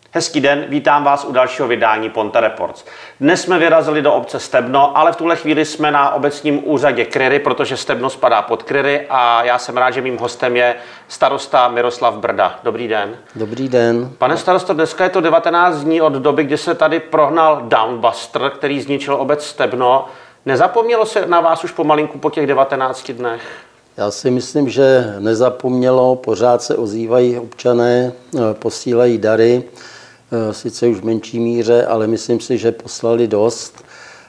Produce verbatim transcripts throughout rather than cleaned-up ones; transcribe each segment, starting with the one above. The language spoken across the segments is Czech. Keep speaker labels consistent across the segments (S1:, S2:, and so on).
S1: Hezký den, vítám vás u dalšího vydání Ponte Reports. Dnes jsme vyrazili do obce Stebno, ale v tuhle chvíli jsme na obecním úřadě Kryry, protože Stebno spadá pod Kryry a já jsem rád, že mým hostem je starosta Miroslav Brda. Dobrý den.
S2: Dobrý den.
S1: Pane starosto, dneska je to devatenáct dní od doby, kdy se tady prohnal Downbuster, který zničil obec Stebno. Nezapomnělo se na vás už pomalinku po těch devatenácti dnech?
S2: Já si myslím, že nezapomnělo, pořád se ozývají občané, posílají dary, sice už v menší míře, ale myslím si, že poslali dost.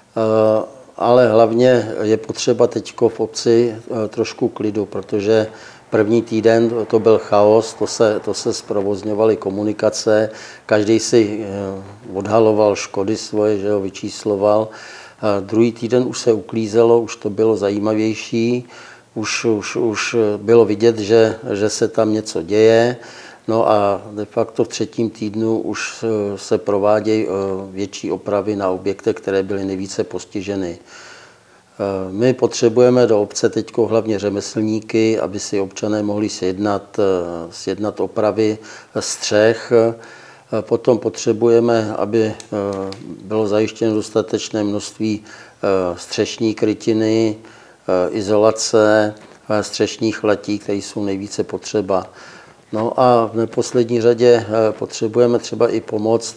S2: Ale hlavně je potřeba teď v obci trošku klidu, protože první týden to byl chaos, to se, to se zprovozňovaly komunikace, každý si odhaloval škody svoje, že ho vyčísloval. Druhý týden už se uklízelo, už to bylo zajímavější, už, už, už bylo vidět, že, že se tam něco děje. No a de facto v třetím týdnu už se provádějí větší opravy na objektech, které byly nejvíce postiženy. My potřebujeme do obce teď hlavně řemeslníky, aby si občané mohli sjednat, sjednat opravy střech. Potom potřebujeme, aby bylo zajištěno dostatečné množství střešní krytiny, izolace, střešních latí, které jsou nejvíce potřeba. No a v neposlední řadě potřebujeme třeba i pomoc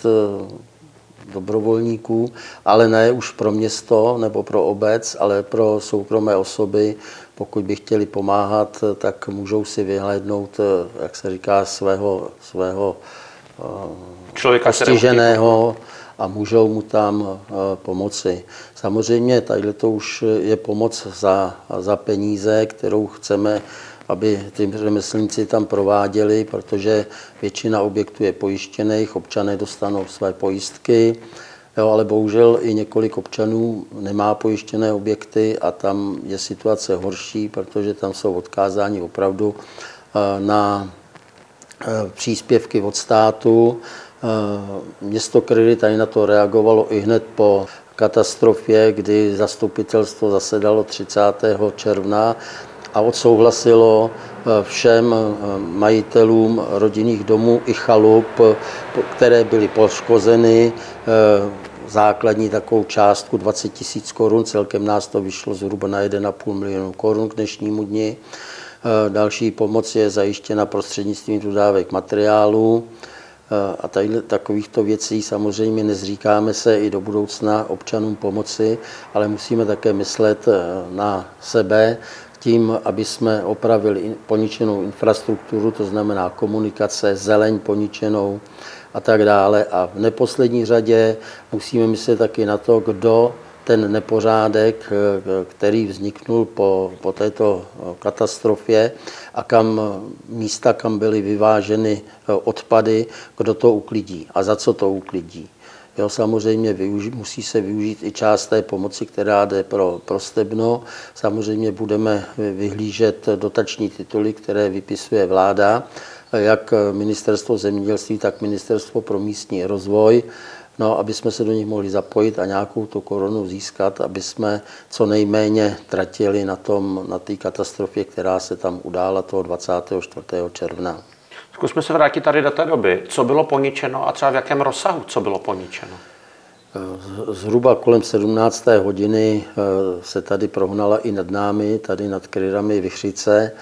S2: dobrovolníků, ale ne už pro město nebo pro obec, ale pro soukromé osoby. Pokud by chtěli pomáhat, tak můžou si vyhlédnout, jak se říká, svého, svého člověka postiženého a můžou mu tam pomoci. Samozřejmě tady to už je pomoc za, za peníze, kterou chceme, aby ty řemeslníci tam prováděli, protože většina objektů je pojištěných, občané dostanou své pojistky, jo, ale bohužel i několik občanů nemá pojištěné objekty a tam je situace horší, protože tam jsou odkázáni opravdu na příspěvky od státu. Město Kryry tady na to reagovalo i hned po katastrofě, kdy zastupitelstvo zasedalo třicátého června a odsouhlasilo všem majitelům rodinných domů i chalup, které byly poškozeny, základní takovou částku dvacet tisíc korun, celkem nás to vyšlo zhruba na jeden a půl milionu korun k dnešnímu dni. Další pomoc je zajištěna prostřednictvím dodávek materiálů a tady, takovýchto věcí samozřejmě nezříkáme se i do budoucna občanům pomoci, ale musíme také myslet na sebe tím, aby jsme opravili poničenou infrastrukturu, to znamená komunikace, zeleň poničenou a tak dále. A v neposlední řadě musíme myslet taky na to, kdo ten nepořádek, který vzniknul po, po této katastrofě a kam místa, kam byly vyváženy odpady, kdo to uklidí a za co to uklidí. Jo, samozřejmě využi- musí se využít i část té pomoci, která jde pro, pro Stebno. Samozřejmě budeme vyhlížet dotační tituly, které vypisuje vláda, jak Ministerstvo zemědělství, tak Ministerstvo pro místní rozvoj. No, aby jsme se do nich mohli zapojit a nějakou tu korunu získat, aby jsme co nejméně tratili na tom, na té katastrofě, která se tam udála toho dvacátého čtvrtého června.
S1: Zkusme se vrátit tady do té doby. Co bylo poničeno a třeba v jakém rozsahu, co bylo poničeno?
S2: Zhruba kolem sedmnácté hodiny se tady prohnala i nad námi, tady nad Kryrami vichřice.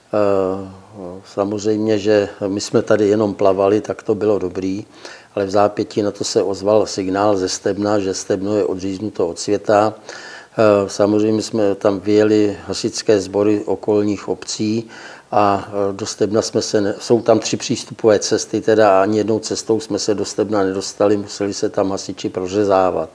S2: Samozřejmě, že my jsme tady jenom plavali, tak to bylo dobrý, ale v zápětí na to se ozval signál ze Stebna, že Stebno je odříznuto od světa. Samozřejmě jsme tam vyjeli hasičské sbory okolních obcí a do Stebna jsme se, jsou tam tři přístupové cesty, teda ani jednou cestou jsme se do Stebna nedostali, museli se tam hasiči prořezávat.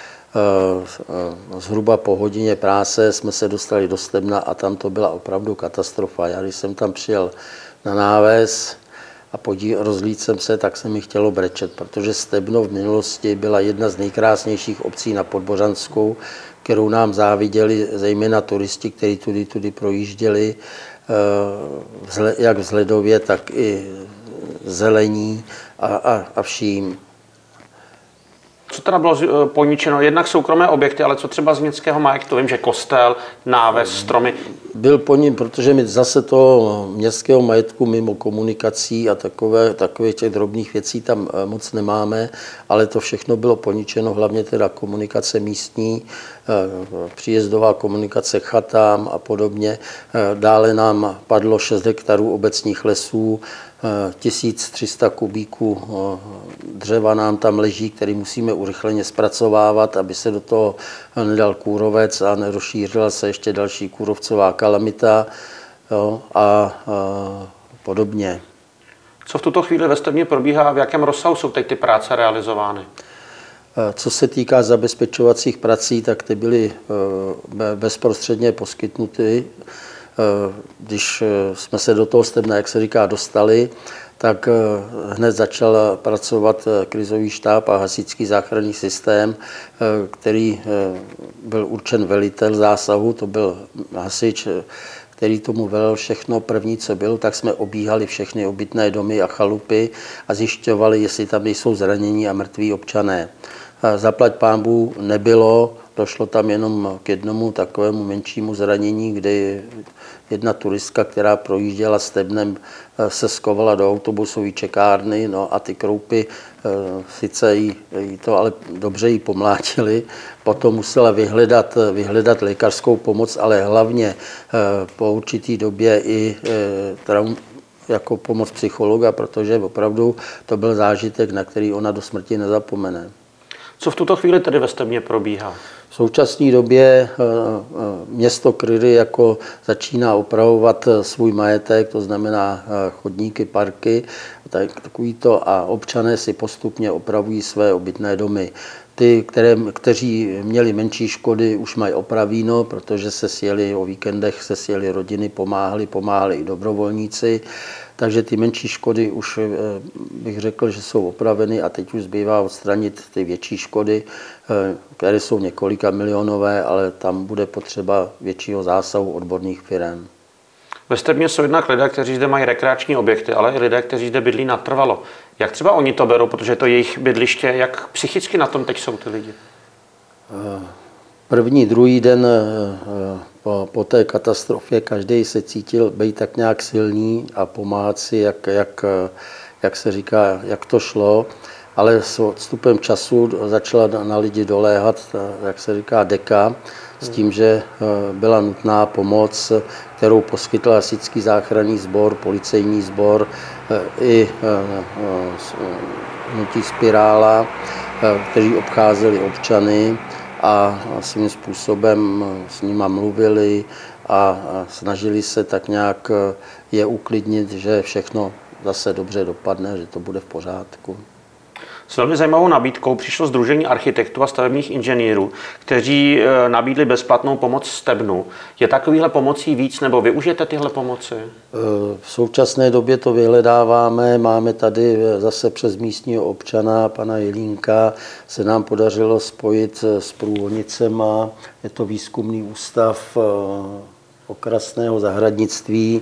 S2: Zhruba po hodině práce jsme se dostali do Stebna a tam to byla opravdu katastrofa. Já když jsem tam přijel na náves a podí, rozhlídl jsem se, tak se mi chtělo brečet, protože Stebno v minulosti byla jedna z nejkrásnějších obcí na Podbořansku, kterou nám záviděli zejména turisti, kteří tudy, tudy projížděli, jak vzhledově, tak i zelení a, a, a vším.
S1: Co teda bylo poničeno? Jednak soukromé objekty, ale co třeba z městského majetku? Vím, že kostel, náves, stromy.
S2: Byl po ním, protože my zase toho městského majetku mimo komunikací a takové, takové těch drobných věcí tam moc nemáme, ale to všechno bylo poničeno, hlavně teda komunikace místní, příjezdová komunikace k chatám a podobně. Dále nám padlo šest hektarů obecních lesů, tisíc tři sta kubíků dřeva nám tam leží, který musíme urychleně zpracovávat, aby se do toho nedal kůrovec a nerozšířila se ještě další kůrovcová kalamita, jo, a, a podobně.
S1: Co v tuto chvíli ve Stebně probíhá a v jakém rozsahu jsou teď ty práce realizovány?
S2: Co se týká zabezpečovacích prací, tak ty byly bezprostředně poskytnuty. Když jsme se do toho Stebna, jak se říká, dostali, tak hned začal pracovat krizový štáb a hasičský záchranný systém, který byl určen velitel zásahu, to byl hasič, který tomu velel všechno. První, co bylo, tak jsme obíhali všechny obytné domy a chalupy a zjišťovali, jestli tam nejsou zranění a mrtví občané. Zaplať pánbů nebylo, došlo tam jenom k jednomu takovému menšímu zranění, kde jedna turistka, která projížděla Stebnem, se skovala do autobusové čekárny, no a ty kroupy sice jí, jí to ale dobře jí pomlátili, potom musela vyhledat, vyhledat lékařskou pomoc, ale hlavně po určitý době i traum, jako pomoc psychologa, protože opravdu to byl zážitek, na který ona do smrti nezapomene.
S1: Co v tuto chvíli tedy ve Stebně probíhá?
S2: V současné době město Kryry jako začíná opravovat svůj majetek, to znamená chodníky, parky, tak, takový to, a občané si postupně opravují své obytné domy. Ty, které, kteří měli menší škody, už mají opravíno, protože se sjeli o víkendech, se sjeli rodiny, pomáhali, pomáhali i dobrovolníci. Takže ty menší škody už bych řekl, že jsou opraveny a teď už zbývá odstranit ty větší škody, které jsou několika milionové, ale tam bude potřeba většího zásahu odborných firem.
S1: Ve Stebně jsou jednak lidé, kteří zde mají rekreační objekty, ale i lidé, kteří zde bydlí natrvalo. Jak třeba oni to berou, protože to je jejich bydliště, jak psychicky na tom teď jsou ty lidi?
S2: První, druhý den po, po té katastrofě každý se cítil být tak nějak silný a pomáhat si, jak, jak, jak se říká, jak to šlo. Ale s odstupem času začala na lidi doléhat, jak se říká, deka, s tím, že byla nutná pomoc, kterou poskytl hasičský záchranný sbor, policejní sbor i hnutí Spirála, kteří obcházeli občany a svým způsobem s nima mluvili a snažili se tak nějak je uklidnit, že všechno zase dobře dopadne, že to bude v pořádku.
S1: S velmi zajímavou nabídkou přišlo Sdružení architektů a stavebních inženýrů, kteří nabídli bezplatnou pomoc Stebnu. Je takovýhle pomocí víc, nebo využijete tyhle pomoci?
S2: V současné době to vyhledáváme. Máme tady zase přes místního občana, pana Jelínka, se nám podařilo spojit s Průhonicema. Je to výzkumný ústav okrasného zahradnictví,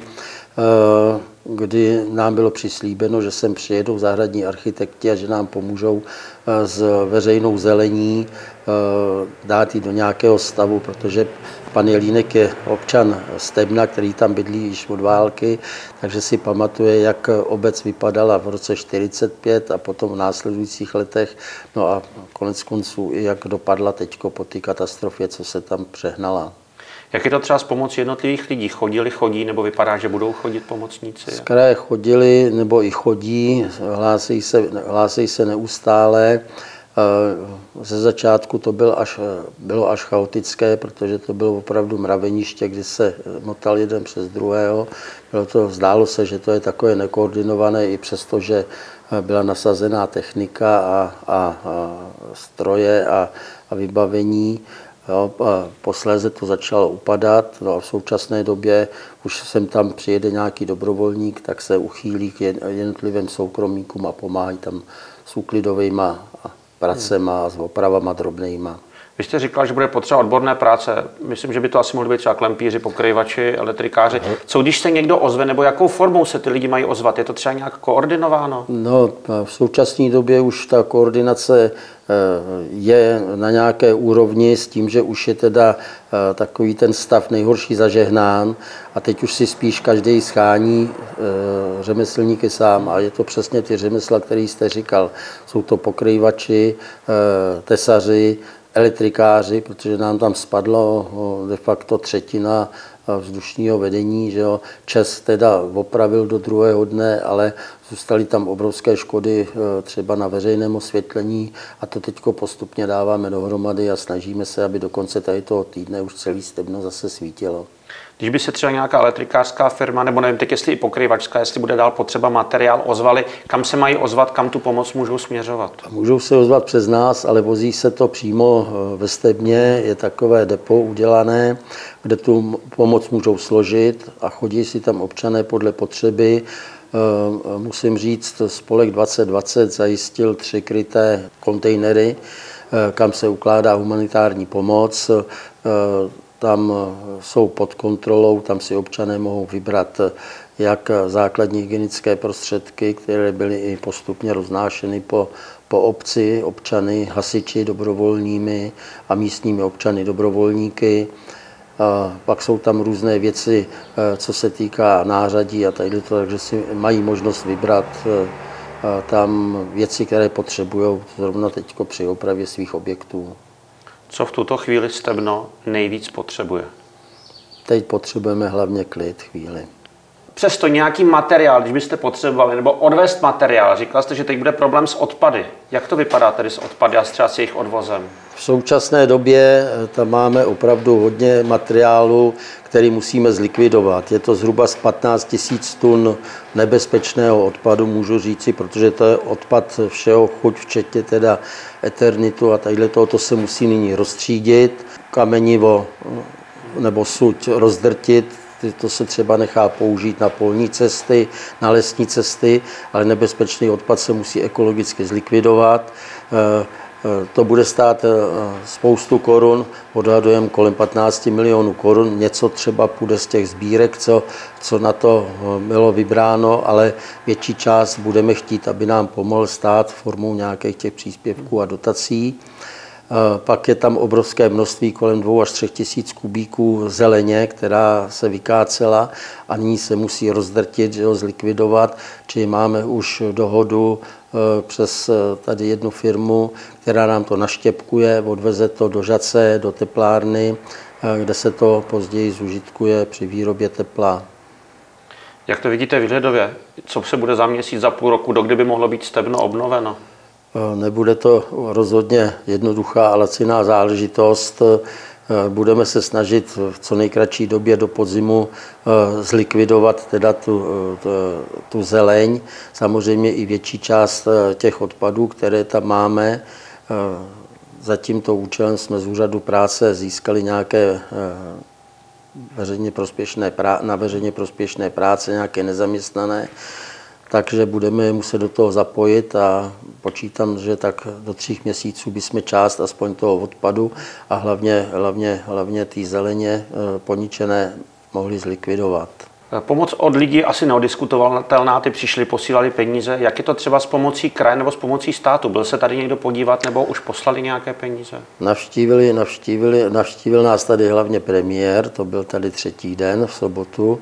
S2: kdy nám bylo přislíbeno, že sem přijedou zahradní architekti a že nám pomůžou s veřejnou zelení dát ji do nějakého stavu, protože pan Jelínek je občan Stebna, který tam bydlí již od války, takže si pamatuje, jak obec vypadala v roce čtyřicet pět a potom v následujících letech, no a konec konců i jak dopadla teďko po té katastrofě, co se tam přehnala.
S1: Jak je to třeba s pomocí jednotlivých lidí? Chodili, chodí, nebo vypadá, že budou chodit pomocníci?
S2: Z kraje chodili, nebo i chodí, hlásí se, hlásí se neustále. Ze začátku to bylo až, bylo až chaotické, protože to bylo opravdu mraveniště, kdy se motal jeden přes druhého. Bylo to, zdálo se, že to je takové nekoordinované, i přesto, že byla nasazená technika a, a, a stroje a, a vybavení. Jo, posléze to začalo upadat, no a v současné době už sem tam přijede nějaký dobrovolník, tak se uchýlí k jednotlivým soukromníkům a pomáhají tam s úklidovými pracema a s opravama drobnejma.
S1: Vy jste říkal, že bude potřeba odborné práce. Myslím, že by to asi mohli být třeba klempíři, pokryvači, elektrikáři. Co když se někdo ozve, nebo jakou formou se ty lidi mají ozvat? Je to třeba nějak koordinováno?
S2: No, v současné době už ta koordinace je na nějaké úrovni s tím, že už je teda takový ten stav nejhorší zažehnán a teď už si spíš každý schání řemeslníky sám a je to přesně ty řemesla, které jste říkal. Jsou to pokryvači, tesaři, elektrikáři, protože nám tam spadlo de facto třetina vzdušního vedení, že jo. ČEZ teda opravil do druhého dne, ale zůstaly tam obrovské škody třeba na veřejném osvětlení a to teď postupně dáváme dohromady a snažíme se, aby do konce tady toho týdne už celý Stebno zase svítilo.
S1: Když by se třeba nějaká elektrikářská firma, nebo nevím, teď jestli i pokryvačská, jestli bude dál potřeba materiál, ozvali, kam se mají ozvat, kam tu pomoc můžou směřovat?
S2: Můžou se ozvat přes nás, ale vozí se to přímo ve Stebně, je takové depo udělané, kde tu pomoc můžou složit a chodí si tam občané podle potřeby. Musím říct, spolek dvacet dvacet zajistil tři kryté kontejnery, kam se ukládá humanitární pomoc. Tam jsou pod kontrolou, tam si občané mohou vybrat jak základní hygienické prostředky, které byly i postupně roznášeny po, po obci, občany, hasiči dobrovolními a místními občany dobrovolníky. A pak jsou tam různé věci, co se týká nářadí a tady to, takže si mají možnost vybrat tam věci, které potřebují zrovna teď při opravě svých objektů.
S1: Co v tuto chvíli Stebno nejvíc potřebuje?
S2: Teď potřebujeme hlavně klid chvíli.
S1: Přesto nějaký materiál, když byste potřebovali, nebo odvést materiál, říkal jste, že teď bude problém s odpady. Jak to vypadá tedy s odpady a třeba s jejich odvozem?
S2: V současné době tam máme opravdu hodně materiálu, který musíme zlikvidovat. Je to zhruba z patnáct tisíc tun nebezpečného odpadu, můžu říci, protože to je odpad všeho chuť, včetně teda Eternitu a tadyhle tohoto se musí nyní rozstřídit, kamenivo nebo suť rozdrtit. To se třeba nechá použít na polní cesty, na lesní cesty, ale nebezpečný odpad se musí ekologicky zlikvidovat. To bude stát spoustu korun, odhadujeme kolem patnáct milionů korun, něco třeba půjde z těch sbírek, co, co na to bylo vybráno, ale větší část budeme chtít, aby nám pomohl stát formou nějakých těch příspěvků a dotací. Pak je tam obrovské množství, kolem dvou až třech tisíc kubíků zeleně, která se vykácela a nyní se musí rozdrtit, že ho zlikvidovat. Čili máme už dohodu přes tady jednu firmu, která nám to naštěpkuje, odveze to do Žace, do teplárny, kde se to později zužitkuje při výrobě tepla.
S1: Jak to vidíte výhledově? Co se bude za měsíc, za půl roku, dokdy by mohlo být Stebno obnoveno?
S2: Nebude to rozhodně jednoduchá a laciná záležitost. Budeme se snažit v co nejkratší době do podzimu zlikvidovat teda tu, tu, tu zeleň. Samozřejmě i větší část těch odpadů, které tam máme. Za tímto účelem jsme z úřadu práce získali nějaké veřejně prospěšné, na veřejně prospěšné práce, nějaké nezaměstnané. Takže budeme muset do toho zapojit a počítám, že tak do tří měsíců bychom část aspoň toho odpadu a hlavně, hlavně, hlavně té zeleně poničené mohli zlikvidovat.
S1: Pomoc od lidí asi neodiskutovatelná, ty přišli, posílali peníze. Jak je to třeba s pomocí kraje nebo s pomocí státu? Byl se tady někdo podívat nebo už poslali nějaké peníze?
S2: Navštívili, navštívili, navštívil nás tady hlavně premiér, to byl tady třetí den v sobotu.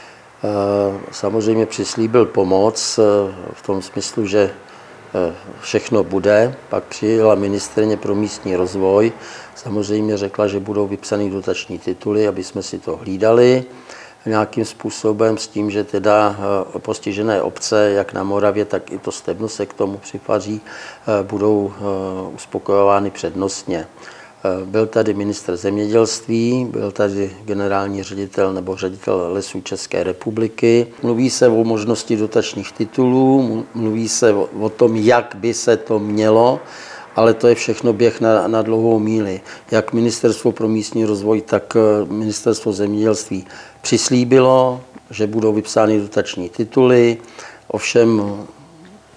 S2: Samozřejmě přislíbil pomoc v tom smyslu, že všechno bude. Pak přijela ministryně pro místní rozvoj. Samozřejmě řekla, že budou vypsané dotační tituly, aby jsme si to hlídali nějakým způsobem s tím, že teda postižené obce, jak na Moravě, tak i to Stebno se k tomu přifaří, budou uspokojovány přednostně. Byl tady ministr zemědělství, byl tady generální ředitel nebo ředitel Lesů České republiky. Mluví se o možnosti dotačních titulů, mluví se o tom, jak by se to mělo, ale to je všechno běh na, na dlouhou míli. Jak Ministerstvo pro místní rozvoj, tak Ministerstvo zemědělství přislíbilo, že budou vypsány dotační tituly, ovšem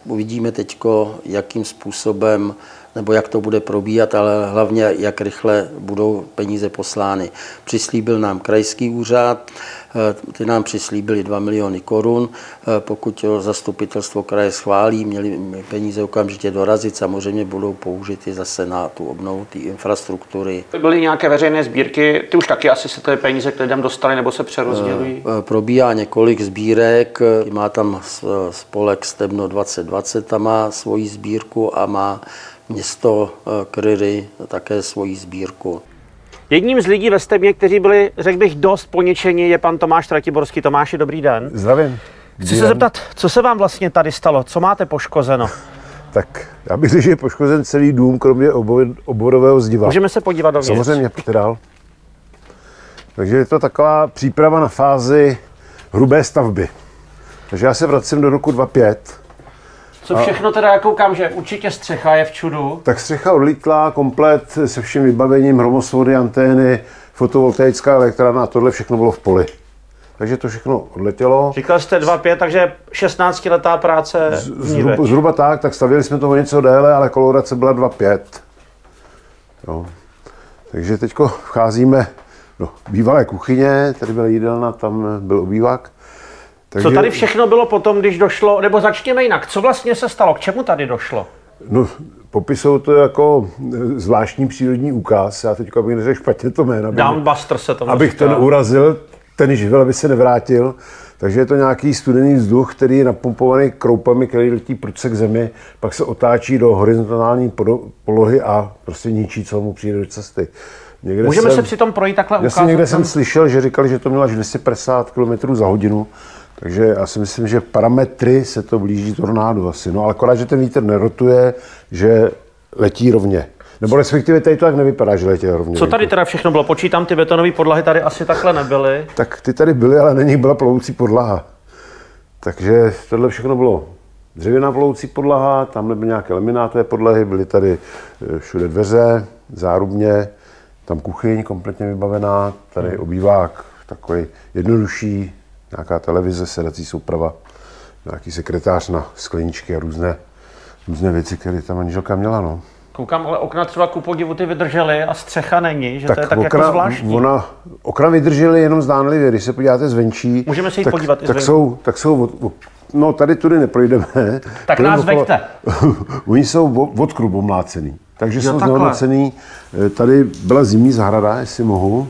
S2: Uvidíme teď, jakým způsobem nebo jak to bude probíhat, ale hlavně, jak rychle budou peníze poslány. Přislíbil nám krajský úřad, ty nám přislíbili dva miliony korun. Pokud zastupitelstvo kraje schválí, měli peníze okamžitě dorazit, samozřejmě budou použity zase na tu obnovu té infrastruktury.
S1: Byly nějaké veřejné sbírky, ty už taky asi se ty peníze k lidem dostaly nebo se přerozdělují?
S2: Probíhá několik sbírek, má tam spolek Stebno dvacet dvacet, tam má svoji sbírku a má město Kryry také svoji sbírku.
S1: Jedním z lidí ve Stebně, kteří byli, řekl bych, dost poněčeni, je pan Tomáš Tratiborský. Tomáši, dobrý den.
S3: Zdravím.
S1: Chci se zeptat, co se vám vlastně tady stalo? Co máte poškozeno?
S3: Tak já bych řekl, že je poškozen celý dům, kromě oborového zdiva.
S1: Můžeme se podívat dovnitř.
S3: Samozřejmě, pojďte dál. Takže je to taková příprava na fázi hrubé stavby. Takže já se vracím do roku dva tisíce pět.
S1: Co všechno teda, já koukám, že určitě střecha je v čudu.
S3: Tak střecha odlítla komplet se vším vybavením, hromosvody, antény, fotovoltaická elektrárna a tohle všechno bylo v poli. Takže to všechno odletělo.
S1: Říkal jste dva pět, takže šestnáctiletá práce.
S3: Zhruba, zhruba tak, tak stavěli jsme to o něco déle, ale kolorace byla dva pět. Jo. Takže teď vcházíme do bývalé kuchyně, tady byla jídelna, tam byl obývák. Takže...
S1: Co tady všechno bylo potom, když došlo, nebo začněme jinak, co vlastně se stalo, k čemu tady došlo?
S3: No, popisují to jako zvláštní přírodní úkaz, já teď abych neřekl špatně to jméno.
S1: Downbuster se tomu
S3: Abych
S1: říká.
S3: to neurazil, ten živel, aby se nevrátil. Takže je to nějaký studený vzduch, který je napumpovaný kroupami, který letí prudce k zemi, pak se otáčí do horizontální polohy a prostě ničí, co mu přijde do cesty. Někde
S1: Můžeme
S3: jsem,
S1: se přitom projít takhle ukázat?
S3: Já jsem někde
S1: tam...
S3: jsem slyšel, že říkali, že to mělo až dvě stě padesát kilometrů za hodinu. Takže já si myslím, že parametry se to blíží tornádu asi. No ale akorát, že ten vítr nerotuje, že letí rovně. Nebo respektive tady to tak nevypadá, že letí rovně.
S1: Co tady teda všechno bylo? Počítám, ty betonové podlahy tady asi takhle nebyly.
S3: Tak ty tady byly, ale na nich byla plovoucí podlaha. Takže tohle všechno bylo dřevěná plovoucí podlaha, tam nebyly nějaké laminátové podlahy, byly tady všude dveře, zárubně, tam kuchyň kompletně vybavená, tady obývák takový jednodušší, nějaká televize, sedací souprava, nějaký sekretář na skleničky a různé, různé věci, které ta manželka měla. No.
S1: Koukám, ale okna třeba ku podivu ty vydržely a střecha není, že
S3: tak
S1: to je tak
S3: okna,
S1: jako zvláštní.
S3: Ona, okna vydržely jenom zdánlivě, když se podíváte zvenčí.
S1: Můžeme se jít
S3: tak,
S1: podívat
S3: tak jsou, tak jsou, no tady tudy neprojdeme.
S1: Tak nás
S3: okolo,
S1: veďte.
S3: Oni jsou od krubu omlácený, takže
S1: jo,
S3: jsou
S1: takhle.
S3: znehodnocený. Tady byla zimní zahrada, jestli mohu.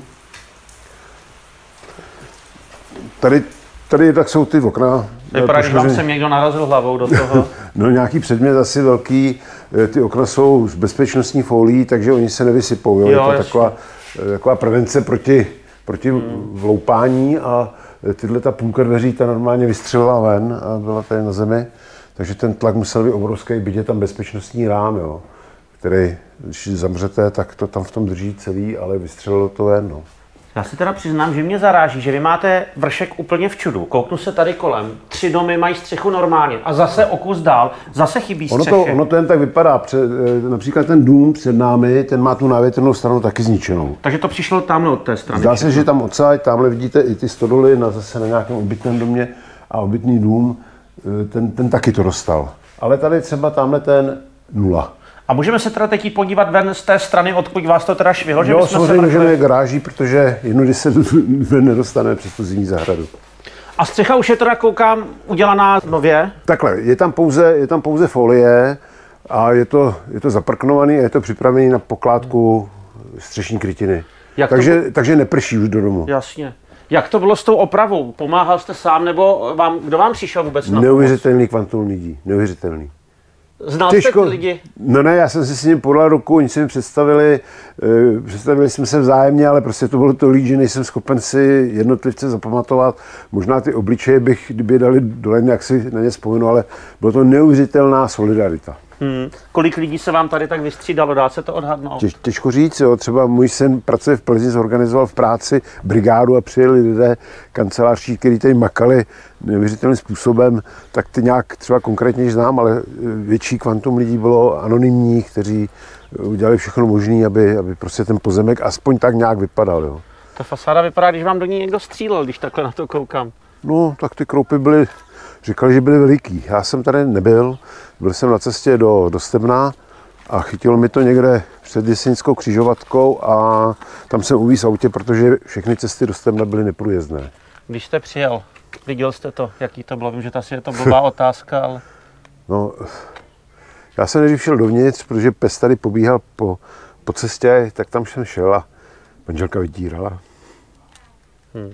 S3: Tady, tady tak jsou ty okna.
S1: Vypadá, že vám sem někdo narazil hlavou do toho.
S3: No nějaký předmět asi velký, ty okna jsou z bezpečnostní folií, takže oni se nevysypou. Jo?
S1: Jo,
S3: je to taková, taková prevence proti, proti hmm. vloupání a tyhle ta půlka dveří ta normálně vystřelila ven a byla tady na zemi. Takže ten tlak musel být obrovský, byť je tam bezpečnostní rám, jo? Který, když zamřete, tak to tam v tom drží celý, ale vystřelilo to ven. No.
S1: Já si teda přiznám, že mě zaráží, že vy máte vršek úplně v čudu. Kouknu se tady kolem, tři domy mají střechu normálně a zase o kus dál, zase chybí střechy.
S3: Ono to, ono to jen tak vypadá. Před, například ten dům před námi, ten má tu návětrnou stranu taky zničenou.
S1: Takže to přišlo tamhle od té strany.
S3: Zdá se, že tam odsaď, tamhle vidíte i ty stodoly na, zase na nějakém obytném domě a obytný dům, ten, ten taky to dostal. Ale tady třeba tamhle ten nula.
S1: A můžeme se teda teď podívat ven z té strany, odkud vás to teda švihlo? Že
S3: jo, samozřejmě můžeme je garáží, protože jednody se ven nedostane přes tu zimní zahradu.
S1: A střecha už je teda, koukám, udělaná nově?
S3: Takhle, je tam pouze, je tam pouze folie a je to, je to zaprknovaný a je to připravený na pokládku střešní krytiny. Jak takže, to... takže neprší už do domu.
S1: Jasně. Jak to bylo s tou opravou? Pomáhal jste sám, nebo vám, kdo vám přišel vůbec na
S3: Neuvěřitelný kvantum lidí, neuvěřitelný.
S1: Znal jste ty lidi?
S3: No ne, já jsem si s ním podal ruku, oni si mi představili, uh, představili jsme se vzájemně, ale prostě to bylo to líp, že nejsem schopen si jednotlivce zapamatovat. Možná ty obličeje bych, kdyby je dali dole, jak si na ně vzpomenu, ale bylo to neuvěřitelná solidarita.
S1: Hmm. Kolik lidí se vám tady tak vystřídalo, dá se to odhadnout?
S3: Těž, těžko říct, jo. Třeba můj syn pracuje v Plzni, zorganizoval v práci brigádu a přijeli lidé kancelářští, kteří tady makali neuvěřitelným způsobem, tak ty nějak třeba konkrétně znám, ale větší kvantum lidí bylo anonymních, kteří udělali všechno možné, aby, aby prostě ten pozemek aspoň tak nějak vypadal. Jo.
S1: Ta fasáda vypadá, když vám do ní někdo střílel, když takhle na to koukám.
S3: No, tak ty kroupy byly říkali, že byly veliký. Já jsem tady nebyl, byl jsem na cestě do, do Stebna a chytilo mi to někde před Jesenickou křižovatkou a tam jsem uvíz autě, protože všechny cesty do Stebna byly neprůjezdné.
S1: Když jste přijel, viděl jste to, jaký to bylo? Vím, že to asi je to blbá otázka, ale...
S3: No, já jsem nejdřív šel dovnitř, protože pes tady pobíhal po, po cestě, tak tam jsem šel a manželka vydírala. Hmm.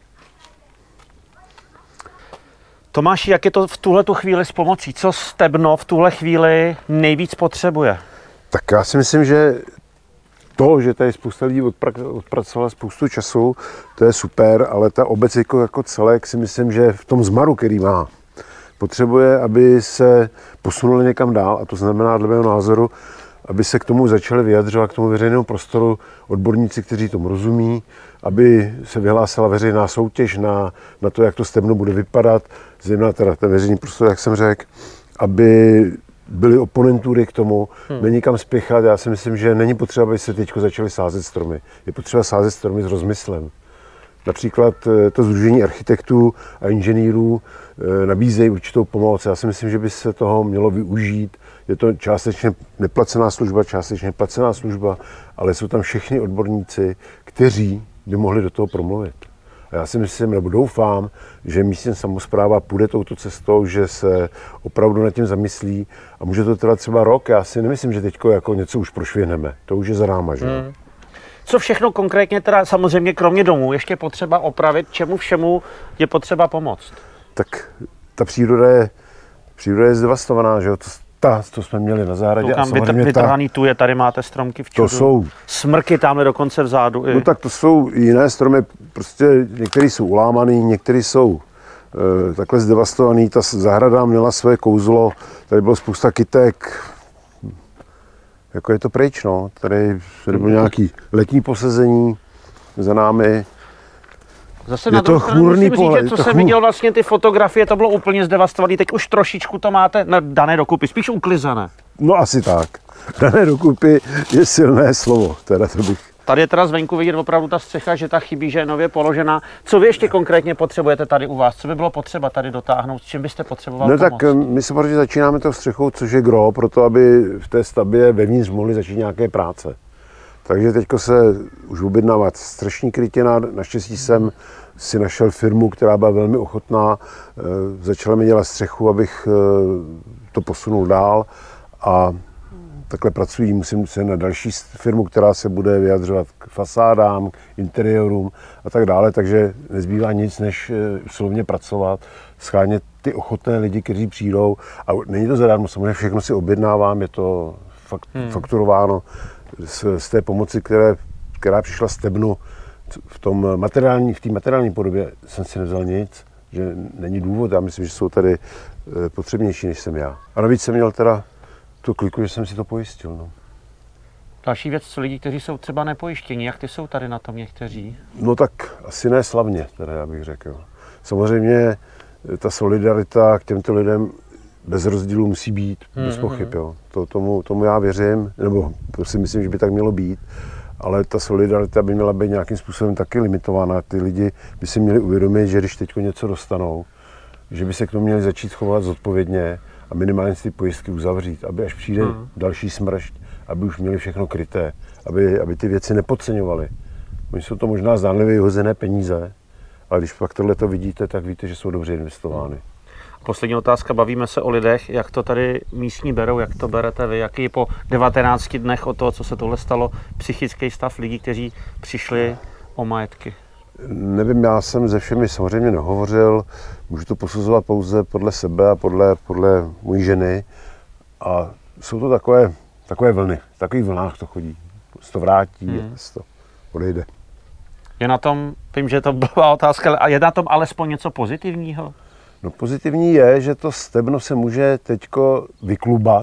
S1: Tomáši, jak je to v tuhletu chvíli s pomocí? Co Stebno v tuhle chvíli nejvíc potřebuje?
S3: Tak já si myslím, že to, že tady spousta lidí odpra- odpracovala spoustu času, to je super, ale ta obec jako, jako celek si myslím, že v tom zmaru, který má, potřebuje, aby se posunuli někam dál, a to znamená, dle mého názoru, aby se k tomu začali vyjadřovat, k tomu veřejnému prostoru odborníci, kteří tomu rozumí, aby se vyhlásila veřejná soutěž na, na to, jak to Stebno bude vypadat, zejména teda ten veřejný prostor, jak jsem řekl, aby byly oponentury k tomu, hmm. není kam spěchat. Já si myslím, že není potřeba, aby se teď začaly sázet stromy. Je potřeba sázet stromy s rozmyslem. Například to Sdružení architektů a inženýrů nabízejí určitou pomoc. Já si myslím, že by se toho mělo využít. Je to částečně neplacená služba, částečně placená služba, ale jsou tam všichni odborníci, kteří by mohli do toho promluvit. A já si myslím, nebo doufám, že místní samospráva půjde touto cestou, že se opravdu nad tím zamyslí a může to trvat třeba rok. Já si nemyslím, že teď jako něco už prošvihneme. To už je za náma, že? Hmm.
S1: Co všechno konkrétně teda samozřejmě kromě domů ještě potřeba opravit, čemu všemu je potřeba pomoct?
S3: Tak ta příroda je, příroda je zdevastovaná, že jo? To, ta, co jsme měli na zahradě.
S1: Koukám, vytrhaný tu je, tady máte stromky v čudu.
S3: To jsou...
S1: Smrky tamhle dokonce vzadu.
S3: I. No tak to jsou jiné stromy, prostě některý jsou ulámaný, některý jsou e, takhle zdevastovaný. Ta zahrada měla své kouzlo, tady bylo spousta kytek. Jako je to pryč, no. Tady bylo nějaký letní posezení za námi.
S1: Zase na to chmurný pohled. Říct, co jsem chmur... viděl vlastně ty fotografie, to bylo úplně zdevastované. Teď už trošičku to máte dané dokupy, spíš uklizené.
S3: No asi tak. Dané dokupy je silné slovo, teda to bych.
S1: Tady je teda zvenku vidět opravdu ta střecha, že ta chybí, že je nově položená. Co vy ještě konkrétně potřebujete tady u vás? Co by bylo potřeba tady dotáhnout? S čím byste potřeboval
S3: no,
S1: pomoct?
S3: Tak my se pořád začínáme tou střechou, což je gro, proto aby v té stavbě vevnitř mohly začít nějaké práce. Takže teďko se už objednávat střešní krytina. Naštěstí jsem si našel firmu, která byla velmi ochotná. Začala mi dělat střechu, abych to posunul dál. A takhle pracují, musím se na další firmu, která se bude vyjadřovat k fasádám, k interiérům a tak dále, takže nezbývá nic, než slovně pracovat, schánět ty ochotné lidi, kteří přijdou. A není to zadarmo, samozřejmě všechno si objednávám, je to fakt, hmm. fakturováno z, z té pomoci, které, která přišla z Stebnu. V tom materiální, v té materiální podobě jsem si nevzal nic, že není důvod, já myslím, že jsou tady potřebnější, než jsem já. A navíc jsem měl teda tu kliku, že jsem si to pojistil. No.
S1: Další věc, co lidi, kteří jsou třeba nepojištění, jak ty jsou tady na tom někteří?
S3: No tak asi ne slavně, teda já bych řekl. Samozřejmě ta solidarita k těmto lidem bez rozdílu musí být, mm-hmm. bez pochyb. Jo. To, tomu, tomu já věřím, nebo si myslím, že by tak mělo být, ale ta solidarita by měla být nějakým způsobem taky limitovaná. Ty lidi by si měli uvědomit, že když teď něco dostanou, že by se k tomu měli začít chovat zodpovědně a minimálně ty pojistky uzavřít, aby až přijde hmm. další smršť, aby už měli všechno kryté, aby, aby ty věci nepodceňovali. Oni jsou to možná zdánlivě vyhozené peníze, ale když pak tohle to vidíte, tak víte, že jsou dobře investovány.
S1: Poslední otázka, bavíme se o lidech, jak to tady místní berou, jak to berete vy, jaký je po devatenácti dnech od toho, co se tohle stalo, psychický stav lidí, kteří přišli o majetky?
S3: Nevím, já jsem se všemi samozřejmě nehovořil, můžu to posuzovat pouze podle sebe a podle, podle mojí ženy a jsou to takové, takové vlny, v takových vlnách to chodí, se to vrátí, hmm. se to odejde.
S1: Je na tom, vím, že to byla otázka, a je na tom alespoň něco pozitivního?
S3: No pozitivní je, že to Stebno se může teďko vyklubat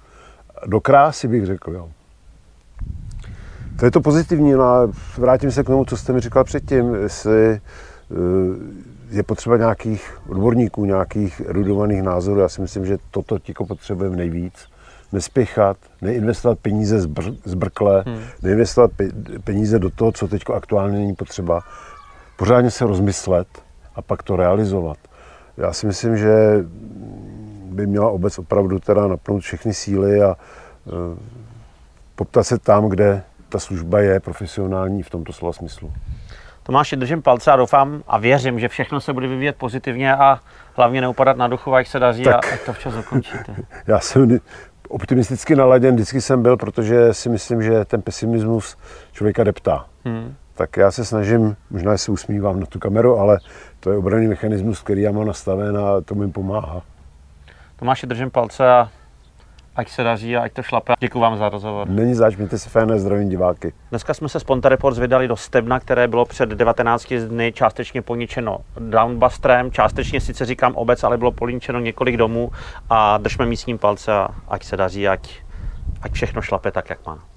S3: do krásy, bych řekl, jo. To je to pozitivní, no a vrátím se k tomu, co jste mi říkal předtím, jestli je potřeba nějakých odborníků, nějakých erudovaných názorů. Já si myslím, že toto těko potřebujeme nejvíc. Nespěchat, neinvestovat peníze zbr- zbrkle, hmm. neinvestovat peníze do toho, co teď aktuálně není potřeba. Pořádně se rozmyslet a pak to realizovat. Já si myslím, že by měla obec opravdu teda napnout všechny síly a e, poptat se tam, kde ta služba je profesionální v tomto slova smyslu.
S1: Tomáši, držím palce a doufám a věřím, že všechno se bude vyvíjet pozitivně a hlavně neupadat na duchu, ať se daří tak, a ať to včas zakončíte.
S3: Já jsem optimisticky naladěn, vždycky jsem byl, protože si myslím, že ten pesimismus člověka deptá. Hmm. Tak já se snažím, možná se usmívám na tu kameru, ale to je obranný mechanismus, který já mám nastaven a to mi pomáhá.
S1: Tomáši, držím palce a ať se daří a ať to šlape. Děkuji vám za rozhovor.
S3: Není zač, mějte se fajn, zdravím diváky.
S1: Dneska jsme se z Ponta Reports vydali do Stebna, které bylo před devatenácti dny částečně poničeno downbusterem. Částečně sice říkám obec, ale bylo poničeno několik domů a držme místním palce a ať se daří, ať, ať všechno šlape tak, jak má.